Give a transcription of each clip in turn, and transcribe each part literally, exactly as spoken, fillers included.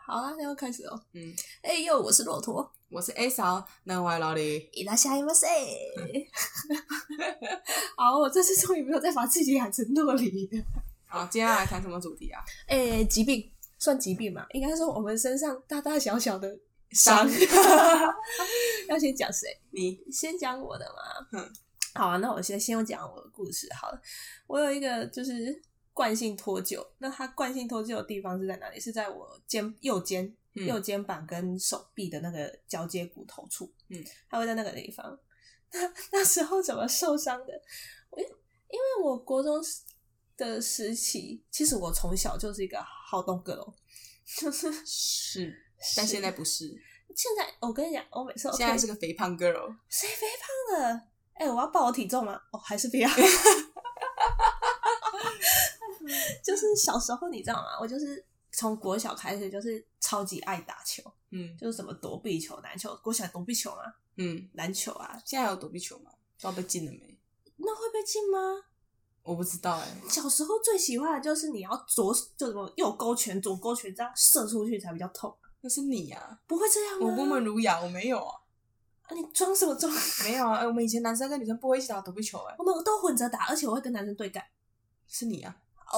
好啊，那要开始哦。 嗯， 哎呦，我是骆驼， 我是 A 嫂，那我老李。 伊拉夏伊马塞。好，我这次终于没有再把自己喊成诺里了。 好，今天要来谈什么主题啊？ 哎，疾病算疾病嘛？应该说我们身上大大小小的伤。要先讲谁？ 你先讲我的嘛。 嗯， 好啊，那我先先讲我的故事好了。我有一个就是惯性脱臼，那它惯性脱臼的地方是在哪里？是在我肩右肩、嗯、右肩膀跟手臂的那个交接骨头处。嗯，它会在那个地方。那那时候怎么受伤的？我因为我国中的时期，其实我从小就是一个好动个哦，就是是，但现在不是。 现在我跟你讲，我每次现在是个肥胖 girl。 谁肥胖了？哎、欸，我要报我体重吗？哦，还是不要。就是小时候你知道吗？我就是从国小开始就是超级爱打球，嗯，就是什么躲避球、篮球，国小躲避球嘛，嗯，篮球啊。 现在有躲避球吗？不知道被禁了没？ 那会被禁吗？ 我不知道哎、 欸。小时候最喜欢的就是你要左就什么右勾拳、左勾拳这样射出去才比较痛。 那是你啊， 不会这样吗？ 我温文儒雅，我没有啊。 啊，你装什么装？ 没有啊，我们以前男生跟女生不会一起打躲避球哎、欸， 我们都混着打，而且我会跟男生对干。是你啊？ 哦，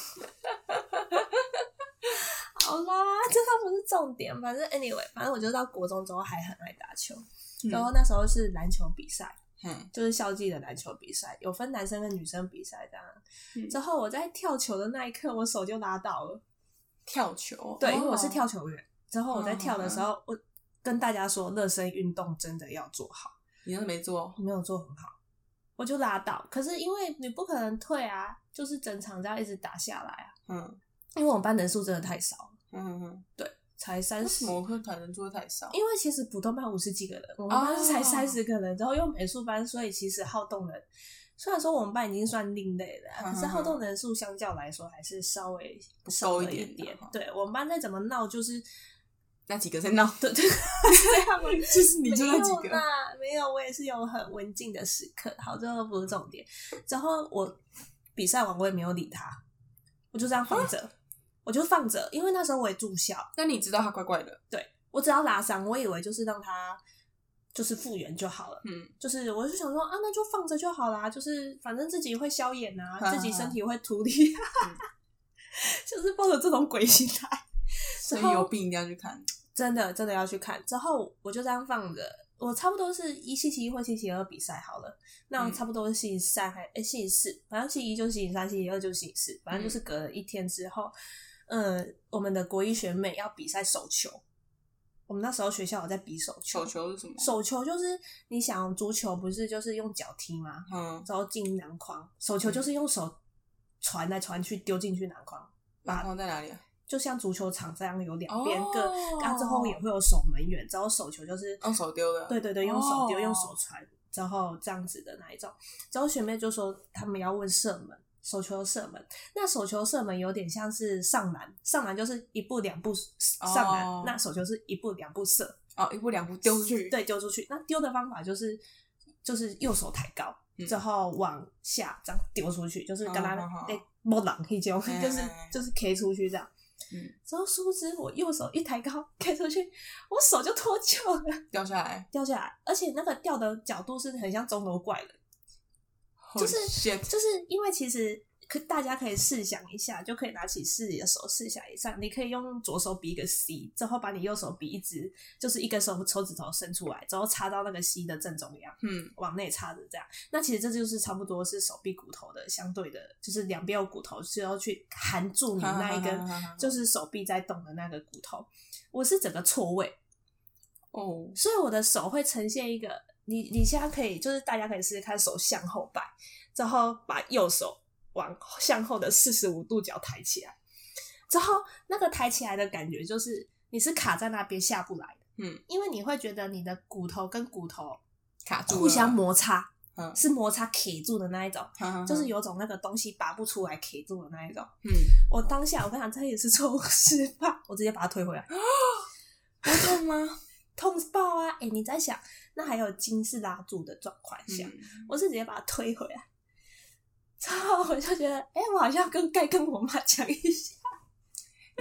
好啦，这倒不是重点，反正 anyway， 反正我就到国中之后还很爱打球，嗯、然后那时候是篮球比赛，嗯，就是校际的篮球比赛，有分男生跟女生比赛这样。嗯、之后我在跳球的那一刻，我手就拉到了。 跳球？ 对，因为我是跳球员。之后我在跳的时候，哦、我跟大家说，热身运动真的要做好。 你那没做？ 我没有做很好。我就拉到，可是因为你不可能退啊，就是整场这样一直打下来啊。嗯，因为我们班人数真的太少了。嗯嗯，对，才三十。 为什么会可能人数太少？ 因为其实普通班五十几个人，我们班才三十个人，然后又美术班，所以其实好动人。虽然说我们班已经算另类了，可是好动人数相较来说还是稍微少了一点。对，我们班再怎么闹就是。 那几个在闹， 对对，这样就是你就那几个， 没有啦，没有，我也是有很文静的时刻。好，这个不是重点。之后我比赛完，我也没有理他，我就这样放着，啊、我就放着，因为那时候我也住校。 那你知道他怪怪的？ 对，我只要拉伤，我以为就是让他就是复原就好了。嗯，就是我就想说啊，那就放着就好啦，就是反正自己会消炎啊，哈哈自己身体会处理，嗯、就是抱着这种鬼心态。 所以有病一定要去看， 真的真的要去看。之后我就这样放着，我差不多是一星期一或星期二比赛好了，那差不多是星期三还诶星期四，反正星期一就是星期三，星期二就是星期四，反正就是隔了一天之后，嗯、呃，我们的国一学妹要比赛手球。我们那时候学校有在比手球。 手球是什么？ 手球就是你想足球不是就是用脚踢吗？嗯，之后进篮筐，手球就是用手传来传去丢进去篮筐。 篮筐在哪里啊？ 就像足球场这样有两边各，然后之后也会有守门员，之后手球就是用手丢的， 对对对，用手丢，用手传，之后这样子的那一种。之后学妹就说他们要问射门，手球射门，那手球射门有点像是上篮，上篮就是一步两步上篮，哦、那手球是一步两步射， 哦，一步两步丢出去， 对，丢出去。那丢的方法就是就是右手抬高。嗯、之后往下这样丢出去，就是刚刚诶摸狼可以这种，就是就是 K 出去这样。嗯，之后殊不知我右手一抬高 K 出去，我手就脱臼了， 掉下来， 掉下来，而且那个掉的角度是很像钟楼怪的，就是就是因为其实可大家可以试想一下，就可以拿起自己的手试想一下，你可以用左手比一个 C， 之后把你右手比一直就是一根手手指头伸出来，之后插到那个 C 的正中央，嗯，往内插着这样。那其实这就是差不多是手臂骨头的相对的，就是两边有骨头是要去含住你那一根，就是手臂在动的那个骨头。我是整个错位哦，所以我的手会呈现一个，你你现在可以就是大家可以试试看，手向后摆，之后把右手往向后的四十五度角抬起来，之后那个抬起来的感觉就是你是卡在那边下不来的，嗯，因为你会觉得你的骨头跟骨头卡住了， 互相摩擦，嗯，是摩擦 K 住的那一种，嗯、就是有种那个东西拔不出来 K 住的那一种，嗯，我当下我跟你讲，这也是错误示范，我直接把它推回来， 不痛吗？ 痛爆啊！哎、欸，你在想，那还有筋是拉住的状况下，嗯、我是直接把它推回来。之后我就觉得，哎、欸，我好像跟该跟我妈讲一下。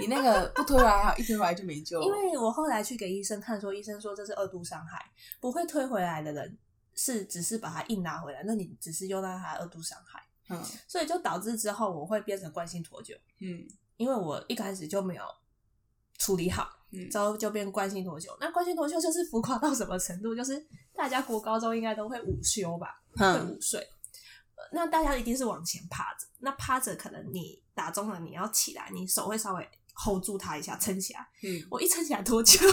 你那个不推回来还好，一推回来就没救了。 因为我后来去给医生看说，医生说这是二度伤害，不会推回来的人是只是把它硬拿回来，那你只是用到它二度伤害。嗯，所以就导致之后我会变成惯性脱臼。嗯，因为我一开始就没有处理好，嗯，之后就变惯性脱臼。那惯性脱臼就是浮夸到什么程度？就是大家国高中应该都会午休吧，嗯、会午睡。那大家一定是往前趴着，那趴着可能你打中了，你要起来，你手会稍微 hold 住它一下，撑起来。嗯，我一撑起来脱臼。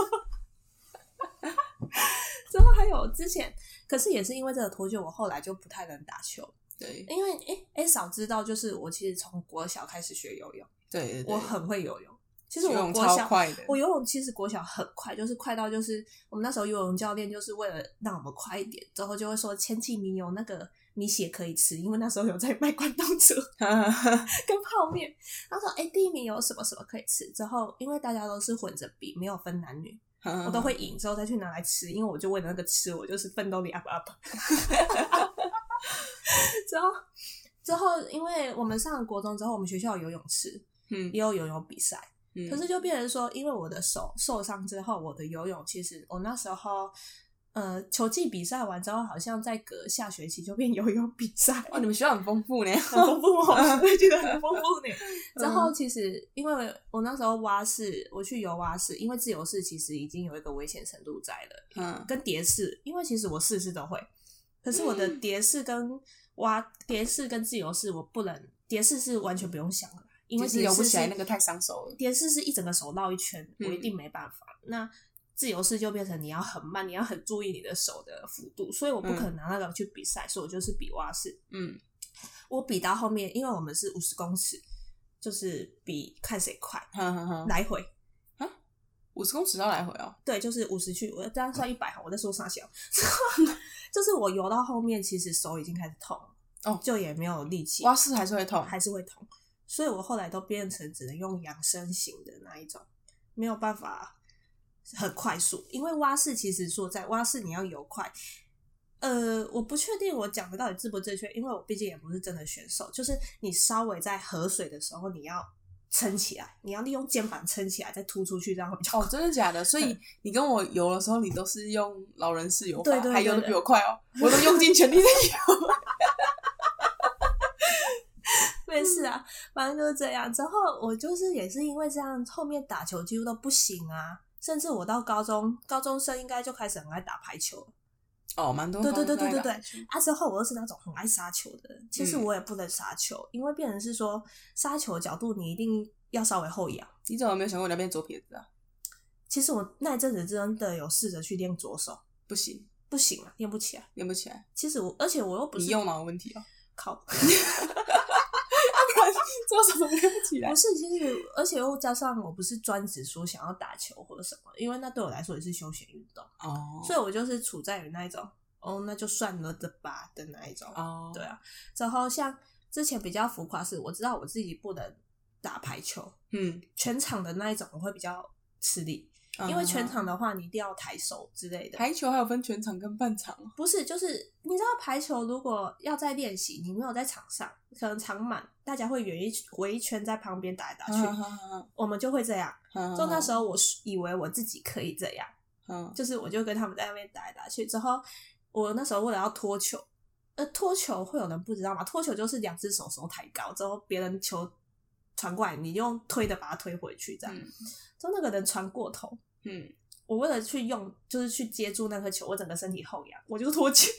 之后还有之前，可是也是因为这个脱臼，我后来就不太能打球。 对， 因为诶诶，少知道就是我其实从国小开始学游泳， 对对对， 我很会游泳。其实我国小我游泳其实国小很快，就是快到就是我们那时候游泳教练就是为了让我们快一点，之后就会说前几名有那个米血可以吃，因为那时候有在卖关东煮跟泡面。他说哎，第一名有什么什么可以吃，之后因为大家都是混着比，没有分男女，我都会赢，之后再去拿来吃，因为我就为了那个吃，我就是奋斗力 up up。之后之后因为我们上了国中之后，我们学校有游泳池，嗯，也有游泳比赛。嗯、可是就变成说，因为我的手受伤之后，我的游泳其实我那时候呃球技比赛完之后，好像在隔下学期就变游泳比赛。 哦，你们学校很丰富呢， 很丰富哦，我也觉得很丰富呢。之后其实因为我那时候蛙式，我去游蛙式，因为自由式其实已经有一个危险程度在了，嗯，跟蝶式，因为其实我式式都会，可是我的蝶式跟蛙蝶式跟自由式我不能，蝶式是完全不用想的。因为游不起来，那个太伤手了。 蝶式是一整个手绕一圈，我一定没办法。嗯、那自由式就变成你要很慢，你要很注意你的手的幅度，所以我不可能拿那个去比赛，嗯、所以我就是比蛙式。嗯，我比到后面，因为我们是五十公尺，就是比看谁快，呵呵呵来回啊，五十公尺要来回哦。 对，就是五十去，我这样算一百哈，我在说啥小，就是我游到后面，其实手已经开始痛了，哦，就也没有力气。 蛙式还是会痛， 还是会痛。所以我后来都变成只能用养生型的那一种，没有办法很快速。因为蛙式其实说在蛙式你要游快，呃，我不确定我讲的到底正不正确，因为我毕竟也不是真的选手。就是你稍微在河水的时候，你要撑起来，你要利用肩膀撑起来，再突出去，这样会比较快。 哦，真的假的？所以你跟我游的时候，你都是用老人式游法， 对对对对， 还游得比我快哦，我都用尽全力在游。 没事啊，反正就是这样。之后我就是也是因为这样，后面打球几乎都不行啊。甚至我到高中，高中生应该就开始很爱打排球了。 哦，蛮多。 对对对对对对。啊，之后我又是那种很爱杀球的人。其实我也不能杀球，嗯、因为变成是说杀球的角度你一定要稍微后仰。 你怎么没有想过你要变左撇子啊？ 其实我那一阵子真的有试着去练左手， 不行， 不行啊，练不起来， 练不起来。 其实我，而且我又不是你右脑的问题啊， 靠。 做什么练不起来？ 不是，其实而且又加上我不是专职说想要打球或者什么，因为那对我来说也是休闲运动哦，所以我就是处在于那一种哦，那就算了的吧的那一种哦，对啊。然后像之前比较浮夸是，我知道我自己不能打排球，嗯，全场的那一种我会比较吃力。因为全场的话你一定要抬手之类的。 排球还有分全场跟半场？ 不是，就是你知道排球如果要在练习，你没有在场上，可能场满大家会围一围一圈在旁边打来打去，呵呵呵我们就会这样。就那时候我以为我自己可以这样，呵就是我就跟他们在那边打来打去。之后我那时候为了要拖球，呃，拖球会有人不知道吗？拖球就是两只手手抬高之后，别人球传过来，你用推的把它推回去，这样。嗯、之后那个人传过头，嗯，我为了去用，就是去接住那颗球，我整个身体后仰，我就脱臼。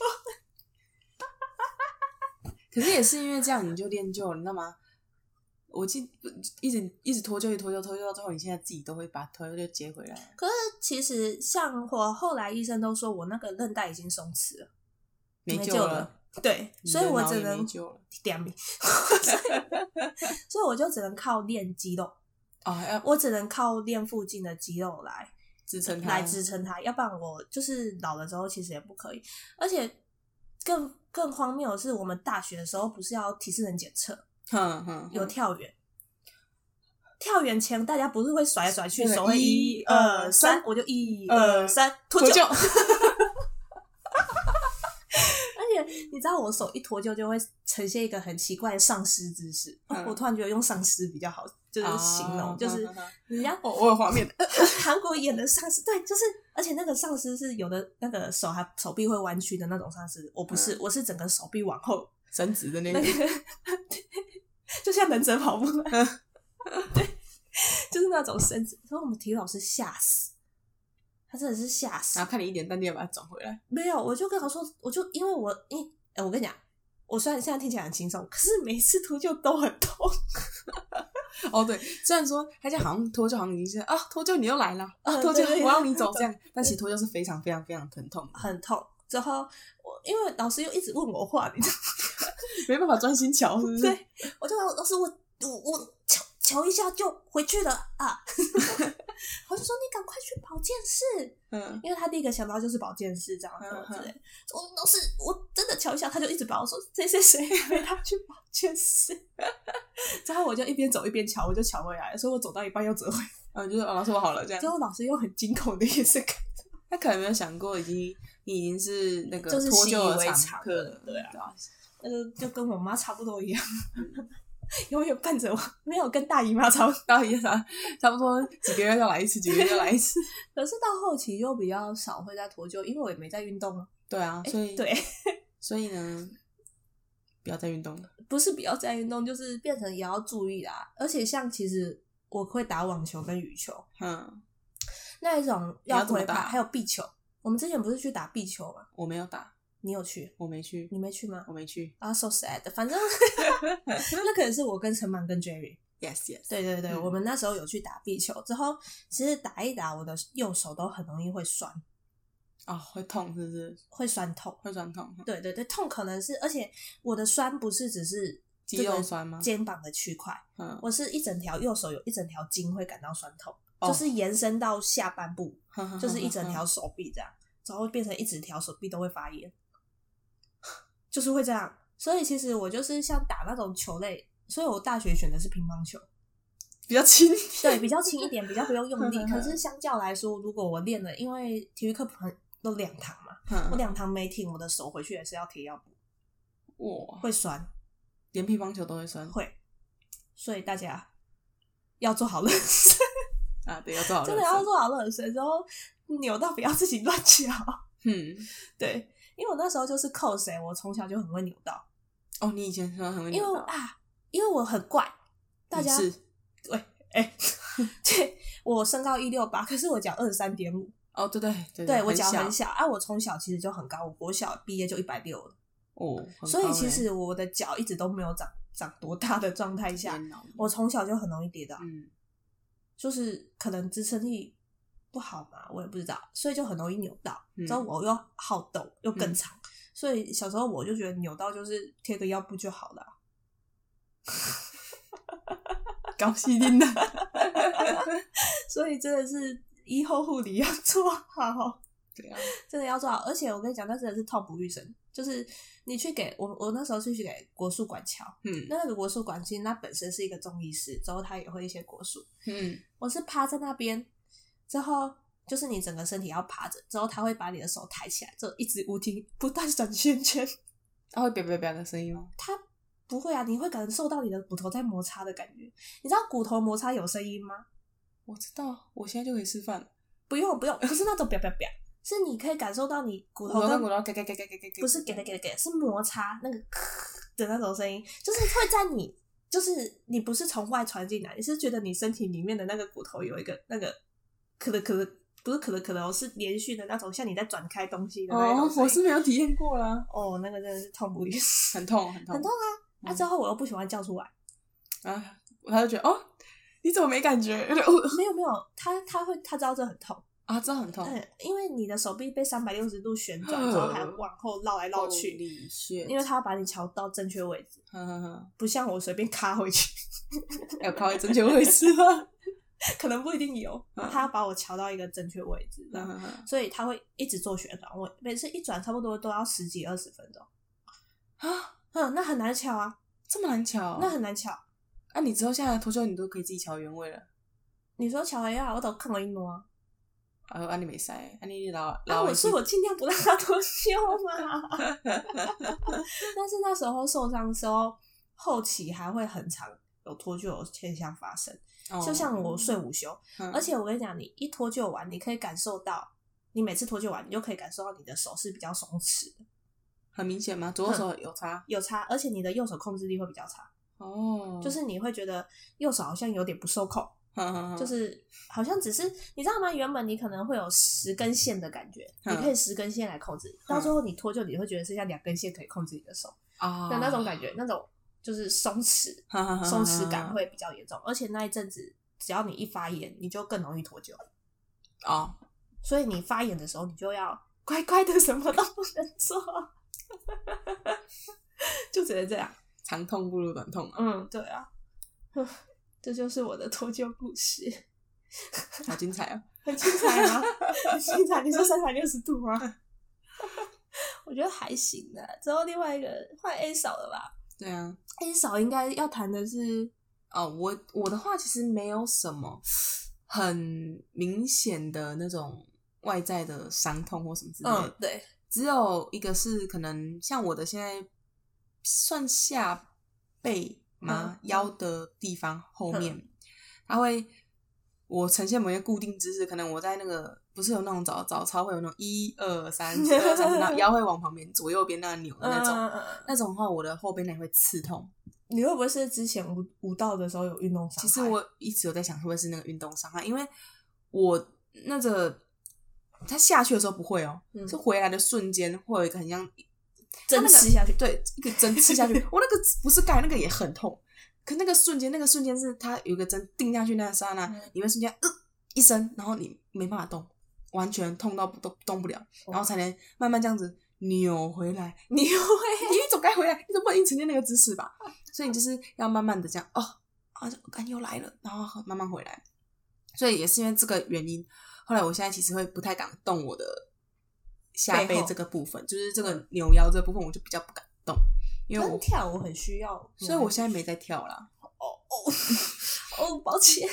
可是也是因为这样，你就练就了，你知道吗？我记一直一直脱臼，一直脱臼，脱臼到最后，你现在自己都会把脱臼就接回来。 可是其实像我后来医生都说我那个韧带已经松弛了， 没救了。 了对，所以我只能点名，所以我就只能靠练肌肉。哦，我只能靠练附近的肌肉来支撑它， 来支撑它，要不然我就是老了之后其实也不可以。而且更更荒谬的是，我们大学的时候不是要体适能检测，哼哼，有跳远，跳远前大家不是会甩来甩去，手会一二三，我就一二三脱臼。而且你知道我手一脱臼就会呈现一个很奇怪的丧尸姿势、嗯哦、我突然觉得用丧尸比较好就是形容、啊、就是人家、 哦、我有画面韩国演的丧尸对就是而且那个丧尸是有的那个手还手臂会弯曲的那种丧尸我不是、嗯、我是整个手臂往后伸直的那个、那个、 就像忍者跑步对就是那种伸直所以我们体育老师吓死他真的是吓死然后看你一脸淡定把它转回来没有我就跟他说我就因为我因为、欸、我跟你讲我虽然现在听起来很轻松可是每次脱臼都很痛哦对虽然说他家好像脱臼好像已经是啊脱臼你又来了啊脱臼我要你走这样但其实脱臼是非常非常非常疼痛的很痛之后我因为老师又一直问我话你知道没办法专心瞧是不是对我就老师我我我瞧瞧一下就回去了啊我就说你赶快去保健室嗯，因为他第一个想到就是保健室这样子之类我老师我真的瞧一下他就一直把我说谁谁谁陪他去保健室之后我就一边走一边瞧我就瞧回来所以我走到一半又折回嗯，就是、哦、老师我好了这样之后老师又很惊恐的眼神看着他可能没有想过已经你已经是那个就是脱臼的常客了对啊那个就跟我妈差不多一样永远伴着我没有跟大姨妈差不多大姨妈差不多几个月要来一次几个月要来一次可是到后期就比较少会再脱臼因为我也没在运动啊对啊所以对所以呢不要再运动了不是不要再运动就是变成也要注意啦而且像其实我会打网球跟羽球嗯，那一种要挥拍还有壁球我们之前不是去打壁球吗我没有打你有去我没去你没去吗我没去啊、so sad 反正那可能是我跟陈满跟 Jerry yes yes 对对对、嗯、我们那时候有去打壁球之后其实打一打我的右手都很容易会酸哦会痛是不是会酸痛会酸痛对对对痛可能是而且我的酸不是只是肌肉酸吗肩膀的区块、嗯、我是一整条右手有一整条筋会感到酸痛、 哦、 就是延伸到下半部就是一整条手臂这样然后变成一整条手臂都会发炎就是会这样所以其实我就是像打那种球类所以我大学选的是乒乓球比较轻对比较轻一点比较不用用力可是相较来说如果我练了因为体育课都两堂嘛我两堂没停我的手回去也是要贴药布哇会酸连乒乓球都会酸会所以大家要做好热身啊对要做好热身真的要做好热身然后扭到不要自己乱敲嗯对因为我那时候就是扣谁我从小就很会扭到哦你以前是很会扭到因为啊因为我很怪大家是对哎、欸、对我身高一六八可是我脚二十三点五哦对对对对我脚很小啊我从小其实就很高我国小毕业就一百六了哦所以其实我的脚一直都没有长长多大的状态下我从小就很容易跌倒嗯就是可能支撑力不好嘛我也不知道所以就很容易扭到之后、嗯、我又好动又更长、嗯、所以小时候我就觉得扭到就是贴个腰部就好了、啊、 高兴定的所以真的是医后护理要做好对啊真的要做好而且我跟你讲那真的是痛不欲生就是你去给我我那时候是去给国术馆瞧嗯那个国术馆其实它本身是一个中医师之后它也会一些国术嗯我是趴在那边之后就是你整个身体要趴着之后他会把你的手抬起来之后一直无停不断转圈圈他会啪啪啪的声音吗他不会啊你会感受到你的骨头在摩擦的感觉你知道骨头摩擦有声音吗我知道我现在就可以示范不用不用不是那种啪啪啪是你可以感受到你骨头跟骨头嘎嘎嘎嘎嘎嘎不是嘎嘎嘎嘎是摩擦那个的那种声音就是会在你就是你不是从外传进来你是觉得你身体里面的那个骨头有一个那个可了可了不是可了可了是连续的那种像你在转开东西的那种哦我是没有体验过啦哦那个真的是痛不欲生很痛很痛很痛啊那、嗯啊、之后我又不喜欢叫出来啊他就觉得哦你怎么没感觉没有没有他他会他知道这很痛啊知道很痛对因为你的手臂被三百六十度旋转之后还往后绕来绕去因为他要把你调到正确位置呵呵呵不像我随便卡回去要卡回正确位置吗可能不一定有他要把我调到一个正确位置这样所以他会一直做旋转我每次一转差不多都要十几二十分钟啊嗯那很难调啊这么难调那很难调啊你之后现在的脱臼你都可以自己调原位了你说调一下我都看了一挪啊啊，安尼没使，安尼老老、 啊，我所以我尽量不让他脱臼嘛。但是那时候受伤的时候，后期还会很常有脱臼的现象发生。哦、就像我睡午休、嗯，而且我跟你讲，你一脱臼完，你可以感受到，你每次脱臼完，你就可以感受到你的手是比较松弛的。 很明显吗？左手有差、嗯？ 有差，而且你的右手控制力会比较差。哦，就是你会觉得右手好像有点不受控。就是好像只是你知道吗？原本你可能会有十根线的感觉，你可以十根线来控制，到最后你脱臼，你会觉得剩下两根线可以控制你的手啊的那种感觉，那种就是松弛，松弛感会比较严重，而且那一阵子只要你一发炎，你就更容易脱臼哦。所以你发炎的时候，你就要乖乖的，什么都不能做，就只能这样。 长痛不如短痛啊。 嗯，对啊。这就是我的脱臼故事， 好精彩哦！ 很精彩吗？很精彩！你说三百六十度吗？我觉得还行的。之后另外一个换 A 嫂了吧？ 对啊 ，A 嫂应该要谈的是哦，我我的话其实没有什么很明显的那种外在的伤痛或什么之类的， 嗯，对， 只有一个是可能像我的现在算下背。吗、嗯、腰的地方后面、嗯、它会我呈现某些固定姿势，可能我在那个不是有那种早早操会有那种一二三四二三四，然后腰会往旁边左右边那扭的那种、嗯、那种的话我的后背那里会刺痛。 你会不会是之前舞舞蹈的时候有运动伤害？ 其实我一直有在想会不会是那个运动伤害，因为我那个它下去的时候不会哦、嗯、是回来的瞬间会有一个很像针刺下去、 那個、对，一个针刺下去我那个不是盖那个也很痛，可那个瞬间那个瞬间是它有一个针钉下去那个刹那、嗯、你会瞬间呃一声，然后你没办法动，完全痛到不动动不了、哦、然后才能慢慢这样子扭回来扭回来你总该回来，你总不能一直呈现那个姿势吧，所以你就是要慢慢的这样哦啊感又来了，然后慢慢回来。所以也是因为这个原因，后来我现在其实会不太敢动我的下背这个部分，就是这个扭腰这个部分我就比较不敢动，因为我跳舞很需要， 所以我现在没在跳啦。 哦哦哦，抱歉。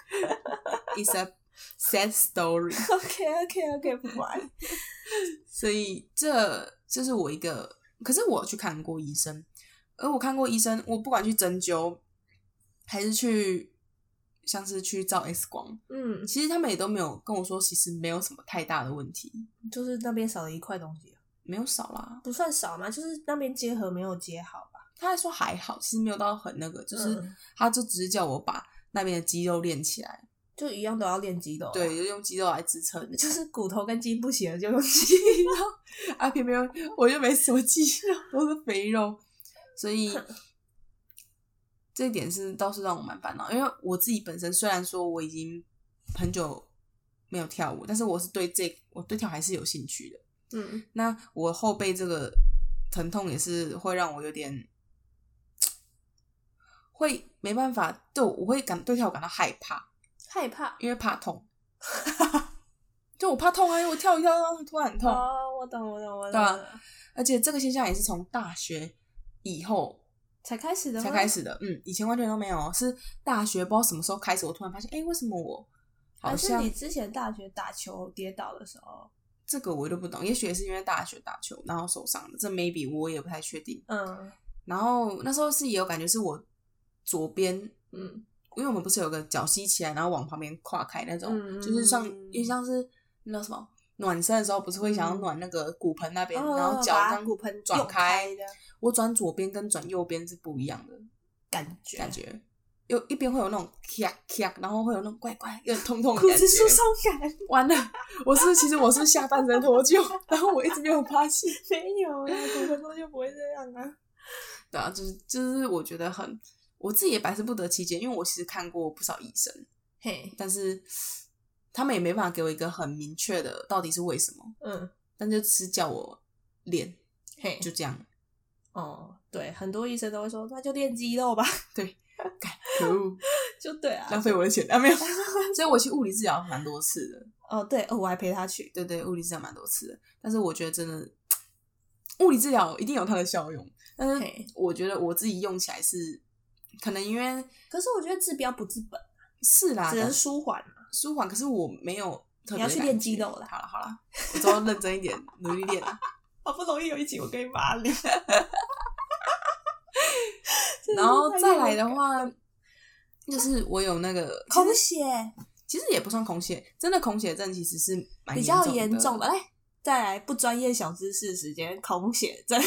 It's a sad story. OK OK OK， 不管。 所以这这是我一个，可是我去看过医生，而我看过医生，我不管去针灸还是去像是去照 X 光，嗯，其实他们也都没有跟我说，其实没有什么太大的问题， 就是那边少了一块东西。 没有少啦， 不算少嘛，就是那边结合没有接好吧。 他还说还好，其实没有到很那个，就是、嗯、他就只是叫我把那边的肌肉练起来， 就一样都要练肌肉、啊， 对，就用肌肉来支撑， 就是骨头跟筋不行了就用肌肉啊，偏偏我就没什么肌肉，都是肥肉，所以这一点是倒是让我蛮烦恼，因为我自己本身虽然说我已经很久没有跳舞，但是我是对这我对跳还是有兴趣的。嗯，那我后背这个疼痛也是会让我有点会没办法，对我会感对跳舞感到害怕， 害怕， 因为怕痛，就我怕痛啊，因为我跳一跳突然很痛。 哦，我懂，我懂，我懂。 对啊，而且这个现象也是从大学以后才开始的吗？ 才开始的，嗯，以前完全都没有，是大学不知道什么时候开始，我突然发现，哎，为什么我好像还是你之前大学打球跌倒的时候。 这个我都不懂，也许也是因为大学打球然后受伤的，这 maybe 我也不太确定。嗯，然后那时候是也有感觉是我左边，嗯，因为我们不是有个脚吸起来然后往旁边跨开那种，嗯、就是像因为像是那什么暖身的时候不是会想要暖那个骨盆那边、嗯、然后脚刚骨盆转开，我转左边跟转右边是不一样的感觉感觉有一边会有那种咔咔，然后会有那种怪怪有点痛痛的感觉， 骨质疏松感。 完了，我是其实我是下半身脱臼，然后我一直没有发现。 没有啊，骨盆脱臼不会这样啊。 对啊，就是就是我觉得很，我自己也百思不得其解，因为我其实看过不少医生，嘿，但是他们也没办法给我一个很明确的到底是为什么。嗯，但就只是叫我练，嘿，就这样。 哦，对，很多医生都会说，那就练肌肉吧。 对。可恶， 就对啊， 浪费我的钱啊！没有，所以我去物理治疗蛮多次的。 哦，对，哦，我还陪他去。 对对，物理治疗蛮多次的，但是我觉得真的物理治疗一定有它的效用，但是我觉得我自己用起来是可能因为， 可是我觉得治标不治本， 是啦， 只能舒缓， 舒缓。可是我没有特别你要去练肌肉了。 好了好了，我之后认真一点，努力练了。 好不容易有一集我可以骂你。 然后再来的话，就是我有那个空血， 其实也不算空血，真的空血症其实是蛮比较严重的。来，再来不专业小知识时间，空血症。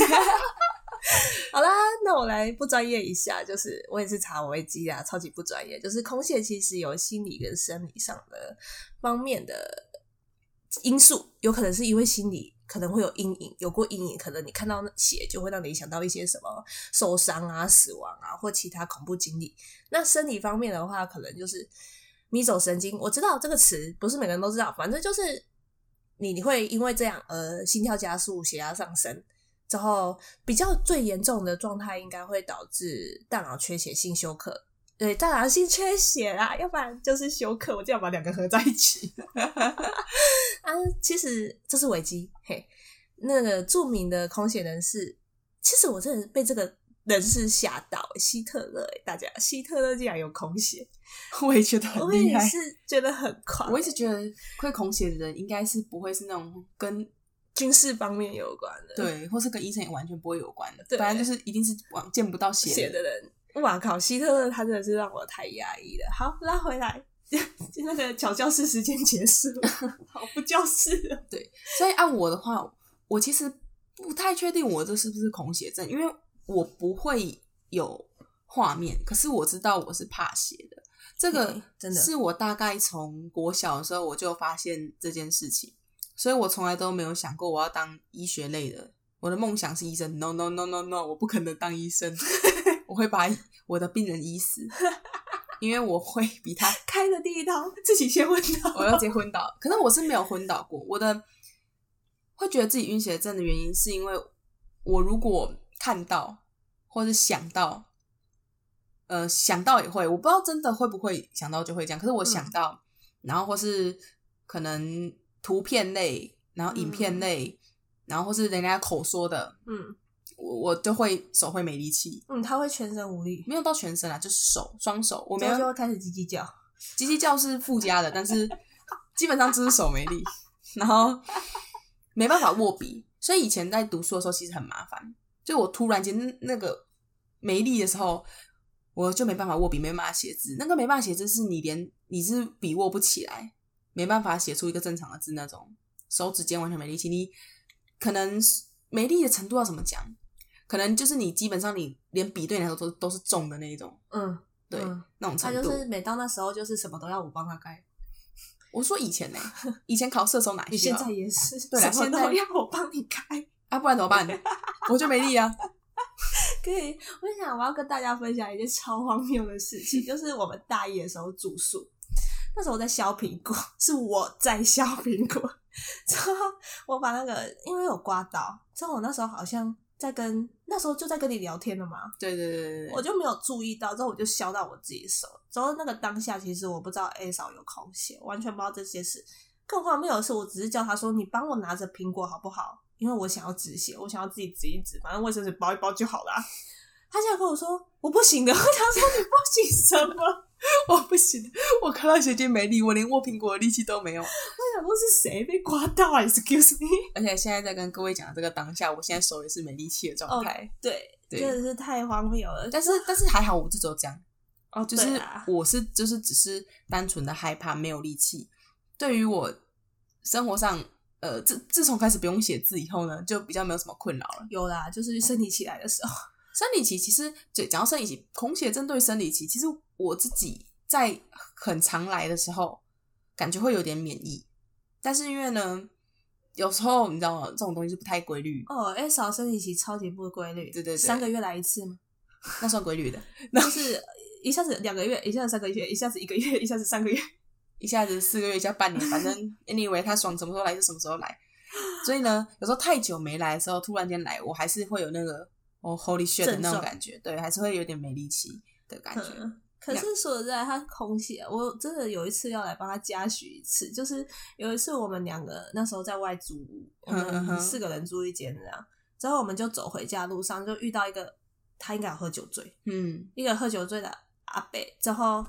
好啦，那我来不专业一下，就是我也是查维基啊，超级不专业。就是空血其实有心理跟生理上的方面的因素，有可能是因为心理可能会有阴影，有过阴影，可能你看到血就会让你想到一些什么受伤啊、死亡啊或其他恐怖经历。那生理方面的话，可能就是迷走神经，我知道这个词不是每个人都知道，反正就是你你会因为这样而心跳加速、血压上升。之后比较最严重的状态应该会导致大脑缺血性休克，对，大脑性缺血啦，要不然就是休克，我这样把两个合在一起。啊，其实这是危机，嘿，那个著名的空血人士，其实我真的被这个人士吓到，希特勒，大家希特勒竟然有空血， 我也觉得很厉害， 我也是觉得很狂。 我一直觉得会空血的人应该是不会是那种跟军事方面有关的， 对，或是跟医生也完全不会有关的，不然就是一定是见不到血 的, 血的人。哇靠，希特勒他真的是让我太压抑了。好，拉回来，那个小教室时间结束了，好不教室了。 对，所以按我的话，我其实不太确定我这是不是恐血症，因为我不会有画面，可是我知道我是怕血的。这个真的是我大概从国小的时候我就发现这件事情。所以我从来都没有想过我要当医学类的，我的梦想是医生。 No no no no no， 我不可能当医生。我会把我的病人医死，因为我会比他开的第一刀自己先昏倒， 我要直接昏倒。可是我是没有昏倒过，我的会觉得自己晕血症的原因是因为我如果看到或是想到呃，想到也会，我不知道真的会不会想到就会这样，可是我想到、嗯、然后或是可能图片类，然后影片类、嗯、然后或是人家口说的，嗯，我我就会手会没力气， 嗯，他会全身无力， 没有到全身啊，就是手双手，我没有就会开始叽叽叫， 叽叽叫是附加的，但是基本上就是手没力，然后没办法握笔，所以以前在读书的时候其实很麻烦，就我突然间那个没力的时候，我就没办法握笔，没办法写字，那个没办法写字是你连你是笔握不起来，没办法写出一个正常的字那种，手指尖完全没力气，你可能没力的程度要怎么讲？可能就是你基本上你连笔对你来说都都是重的那一种，嗯，对，嗯、那种程度。 他就是每到那时候就是什么都要我帮他盖。 我说以前呢、欸，以前考试的时候哪需要？ 你现在也是， 对啦， 什么都要我帮你开啊，不然怎么办？我就没力啊。 可以，我想我要跟大家分享一件超荒谬的事情，就是我们大一的时候住宿，那时候我在削苹果，是我在削苹果，之后我把那个因为有刮到，之后我那时候好像在跟那时候就在跟你聊天了嘛， 对对对对， 我就没有注意到，之后我就削到我自己手，之后那个当下其实我不知道 A 嫂有空血，完全不知道这些事，更荒谬的是我只是叫他说你帮我拿着苹果好不好，因为我想要止血，我想要自己止一止，反正卫生纸包一包就好了、啊。他现在跟我说我不行的，我想说你不行什么？ 我不行，我看到血晶没力，我连握苹果的力气都没有。我想说是谁被刮到啊 ？Excuse me！ 而且现在在跟各位讲的这个当下，我现在手也是没力气的状态。 哦、对，对真的是太荒谬了。 但是但是还好，我就只有这样。 哦， 就是我是就是只是单纯的害怕，没有力气。对于我生活上。呃，自自从开始不用写字以后呢，就比较没有什么困扰了。 有啦，就是生理期来的时候， 生理期其实就讲到生理期，空血针对生理期，其实我自己在很常来的时候，感觉会有点免疫，但是因为呢，有时候你知道吗？这种东西是不太规律。 哦，哎，少生理期超级不规律， 对对对， 三个月来一次吗？ 那算规律的， 那是一下子两个月，一下子三个月，一下子一个月，一下子三个月。 一下子四个月，一下半年，反正 anyway 他爽什么时候来就什么时候来。所以呢，有时候太久没来的时候，突然间来，我还是会有那个哦 holy shit 的那种感觉，对，还是会有点没力气的感觉。 嗯、可是说实在，他空血，我真的有一次要来帮他嘉许一次，就是有一次我们两个那时候在外租屋，我们四个人住一间这样，之后我们就走回家路上就遇到一个他应该有喝酒醉，嗯，一个喝酒醉的阿伯，之后。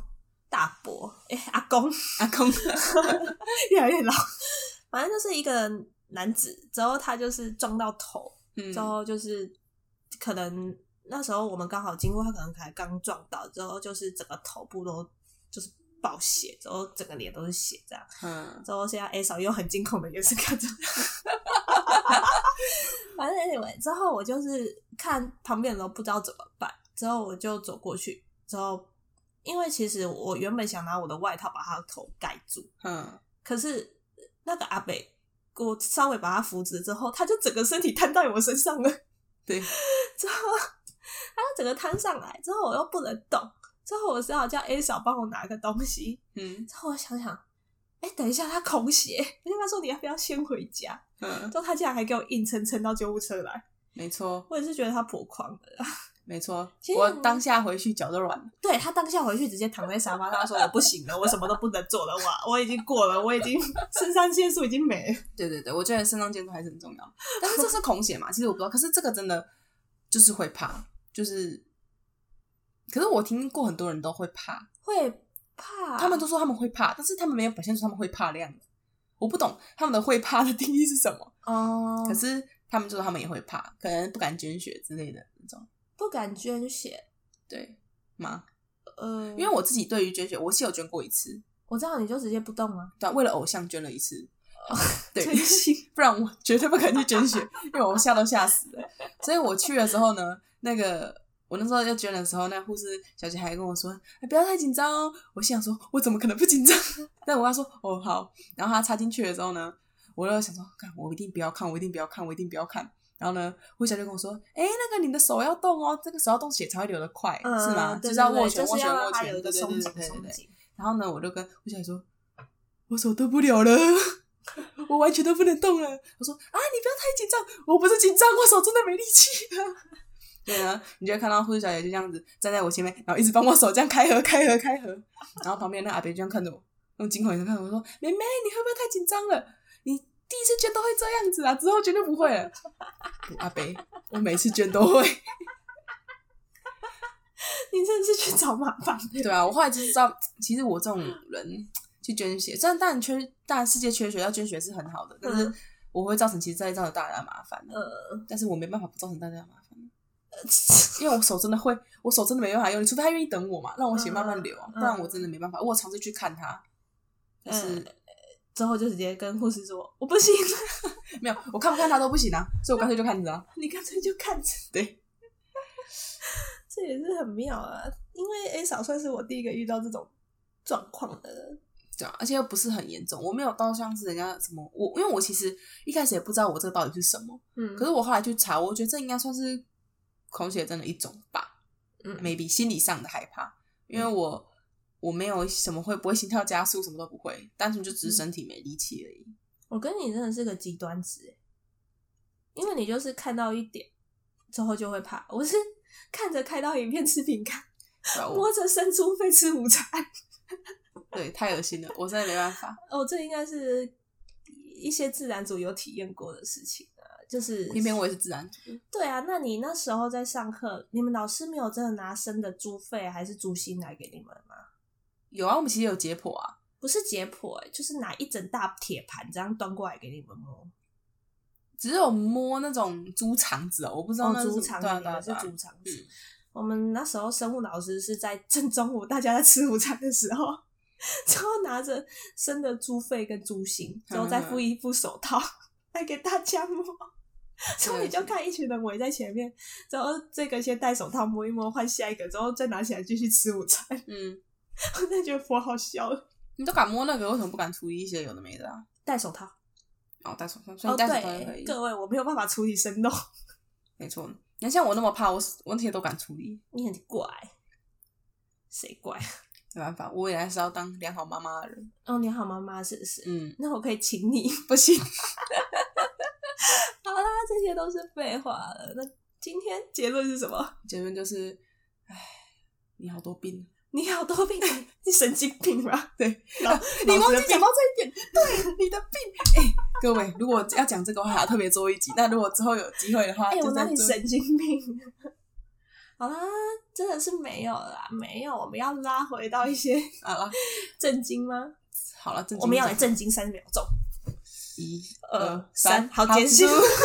大伯，哎、欸，阿公， 阿公， 越来越老，反正就是一个男子，之后他就是撞到头，嗯、之后就是可能那时候我们刚好经过，他可能才刚撞到，之后就是整个头部都就是爆血，之后整个脸都是血这样，嗯，之后现在 A 嫂用很惊恐的眼神看着，反正 anyway 之后我就是看旁边人都不知道怎么办，之后我就走过去，之后因为其实我原本想拿我的外套把他的头盖住，嗯，可是那个阿伯我稍微把他扶直之后，他就整个身体瘫在我身上了， 对， 之后他就整个瘫上来，之后我又不能动，之后我只好叫 A 嫂帮我拿个东西，嗯，之后我想想，哎、欸，等一下他空血，我就跟他说你要不要先回家，嗯，之后他竟然还给我硬撑撑到救护车来， 没错， 我也是觉得他颇狂的啦， 没错，我当下回去脚就软了， 对，他当下回去直接躺在沙发上说我不行了，我什么都不能做了，我我已经过了，我已经肾上腺素已经没了， 对对对，我觉得肾上腺素还是很重要，但是这是空血嘛，其实我不知道，可是这个真的就是会怕，就是可是我听过很多人都会怕， 会怕， 他们都说他们会怕，但是他们没有表现出他们会怕的样子，我不懂他们的会怕的定义是什么哦。可是他们就说他们也会怕，可能不敢捐血之类的那种。 不敢捐血， 对吗？ 呃， 因为我自己对于捐血，我是有捐过一次。 我知道你就直接不动啊， 对啊，为了偶像捐了一次。哦、对，不然我绝对不敢去捐血，因为我吓都吓死了。所以我去的时候呢，那个我那时候要捐的时候，那护士小姐还跟我说：“哎，不要太紧张哦。”我心想说：“我怎么可能不紧张？”但我跟她说：“哦，好。”然后她插进去的时候呢，我就想说：“看，我一定不要看，我一定不要看，我一定不要看。”然后呢，护士小姐跟我说：“哎，那个你的手要动哦，这个手要动，血才会流得快，嗯、是吗？ 对对对， 就是要握拳， 握拳，握拳， 对对对对对对。”然后呢，我就跟护士小姐说：“我手动不了了。”我完全都不能动了。我说啊，你不要太紧张，我不是紧张，我手真的没力气了。对啊，你就会看到护士小姐就这样子站在我前面，然后一直帮我手这样开合、开合、开合。然后旁边那阿伯就这样看着我，用惊恐眼神看着我说：“妹妹，你会不会太紧张了？你第一次捐都会这样子啊，之后绝对不会了。”阿伯，我每次捐都会。 你真的是去找麻烦的。 对啊，我后来就知道，其实我这种人。去捐血，虽然当然缺，当然世界缺血，要捐血是很好的，但是我会造成其实在造成大家的麻烦，嗯，但是我没办法不造成大家的麻烦，因为我手真的会，我手真的没办法用，除非他愿意等我嘛，让我血慢慢流，嗯、不然我真的没办法。我尝试去看他，但是、嗯、 之后就直接跟护士说我不行， 没有，我看不看他都不行啊，所以我干脆就看着啊， 你干脆就看着， 对， 这也是很妙啊，因为 A 嫂算是我第一个遇到这种状况的人。 对啊，而且又不是很严重，我没有到像是人家什么，我因为我其实一开始也不知道我这个到底是什么，嗯，可是我后来去查，我觉得这应该算是空血症的一种吧，嗯 ，maybe 心理上的害怕，因为我、嗯、我没有什么会不会心跳加速，什么都不会，单纯就只是身体没力气而已。 我跟你真的是个极端值，因为你就是看到一点之后就会怕，我是看着开到影片吃饼干，摸着生猪肺吃午餐。 对，太恶心了，我真的没办法。 哦，这应该是一些自然组有体验过的事情啊，就是偏偏我也是自然组。 对啊，那你那时候在上课，你们老师没有真的拿生的猪肺还是猪心来给你们吗？ 有啊，我们其实有解剖啊， 不是解剖、欸，就是拿一整大铁盘这样端过来给你们摸。 只有摸那种猪肠子哦，我不知道那是、 哦、猪肠子， 对对对， 是猪肠子、嗯。我们那时候生物老师是在正中午大家在吃午餐的时候。之后拿着生的猪肺跟猪心，之后再附一副手套来给大家摸，之后你就看一群人围在前面，之后这个先戴手套摸一摸，换下一个，之后再拿起来继续吃午餐。嗯，我真的觉得颇好笑了。 你都敢摸那个，为什么不敢处理一些有的没的啊？ 戴手套。 哦，戴手套，所以戴手套也可以。 哦、各位，我没有办法处理生肉。 没错，你看像我那么怕，我我那些都敢处理。 你很怪，谁怪？ 没办法，我也还是要当良好妈妈的人。 哦，良好妈妈是不是？嗯，那我可以请你。 不行。 好啦，这些都是废话了。那今天结论是什么？ 结论就是，唉，你好多病， 你好多病，你神经病吧？ 对，你忘记讲到这一点，对，你的病。哎、欸，各位，如果要讲这个话，还要特别做一集。那如果之后有机会的话， 哎、欸， 就我哪里神经病？ 好啦，真的是没有啦，没有。我们要拉回到一些好了， 震惊吗？ 好了，震惊。 我们要来震惊三秒钟。 一二三，好结束。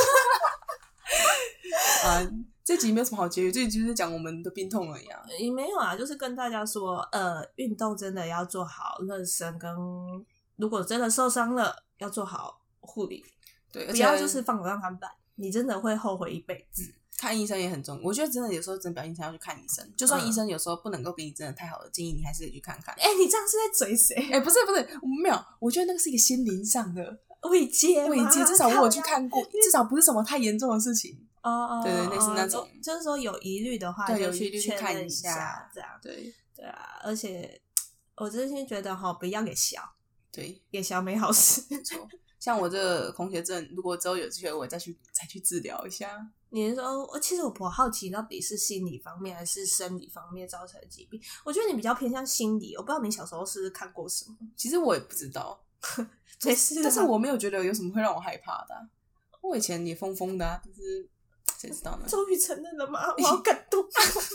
啊，这集没有什么好结语，这集就是讲我们的病痛而已啊。 也没有啊，就是跟大家说，呃，运动真的要做好热身，跟如果真的受伤了，要做好护理。 对， 不要就是放手让他们来，你真的会后悔一辈子。 看医生也很重要，我觉得真的有时候真的表现要去看医生，就算医生有时候不能够给你真的太好的建议，你还是得去看看。 哎、欸，你这样是在嘴谁？ 哎、欸，不是不是，我没有，我觉得那个是一个心灵上的慰藉， 慰藉，至少我有去看过，至少不是什么太严重的事情。 哦哦， 对对，类似那种， 就是说有疑虑的话，就去确认一下，这样对对啊。而且我真心觉得哈，不要给小， 对， 给小没好事。 没错，像我这个空血症，如果之后有机会，我再去再去治疗一下。 你是说，其实我不好奇到底是心理方面还是生理方面造成的疾病？我觉得你比较偏向心理，我不知道你小时候是不是看过什么。 其实我也不知道， 没事， 但是我没有觉得有什么会让我害怕的、啊。我以前也疯疯的、啊，但是谁知道呢？ 终于承认了吗？我好感动。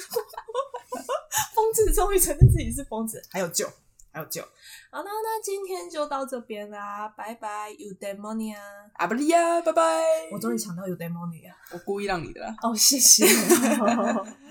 疯子终于承认自己是疯子，还有救，还有救。好了，那今天就到这边啦，拜拜 ，Eudaimonia， 阿布利亚，拜拜。 我终于抢到 Eudaimonia， 我故意让你的啦。 哦，谢谢。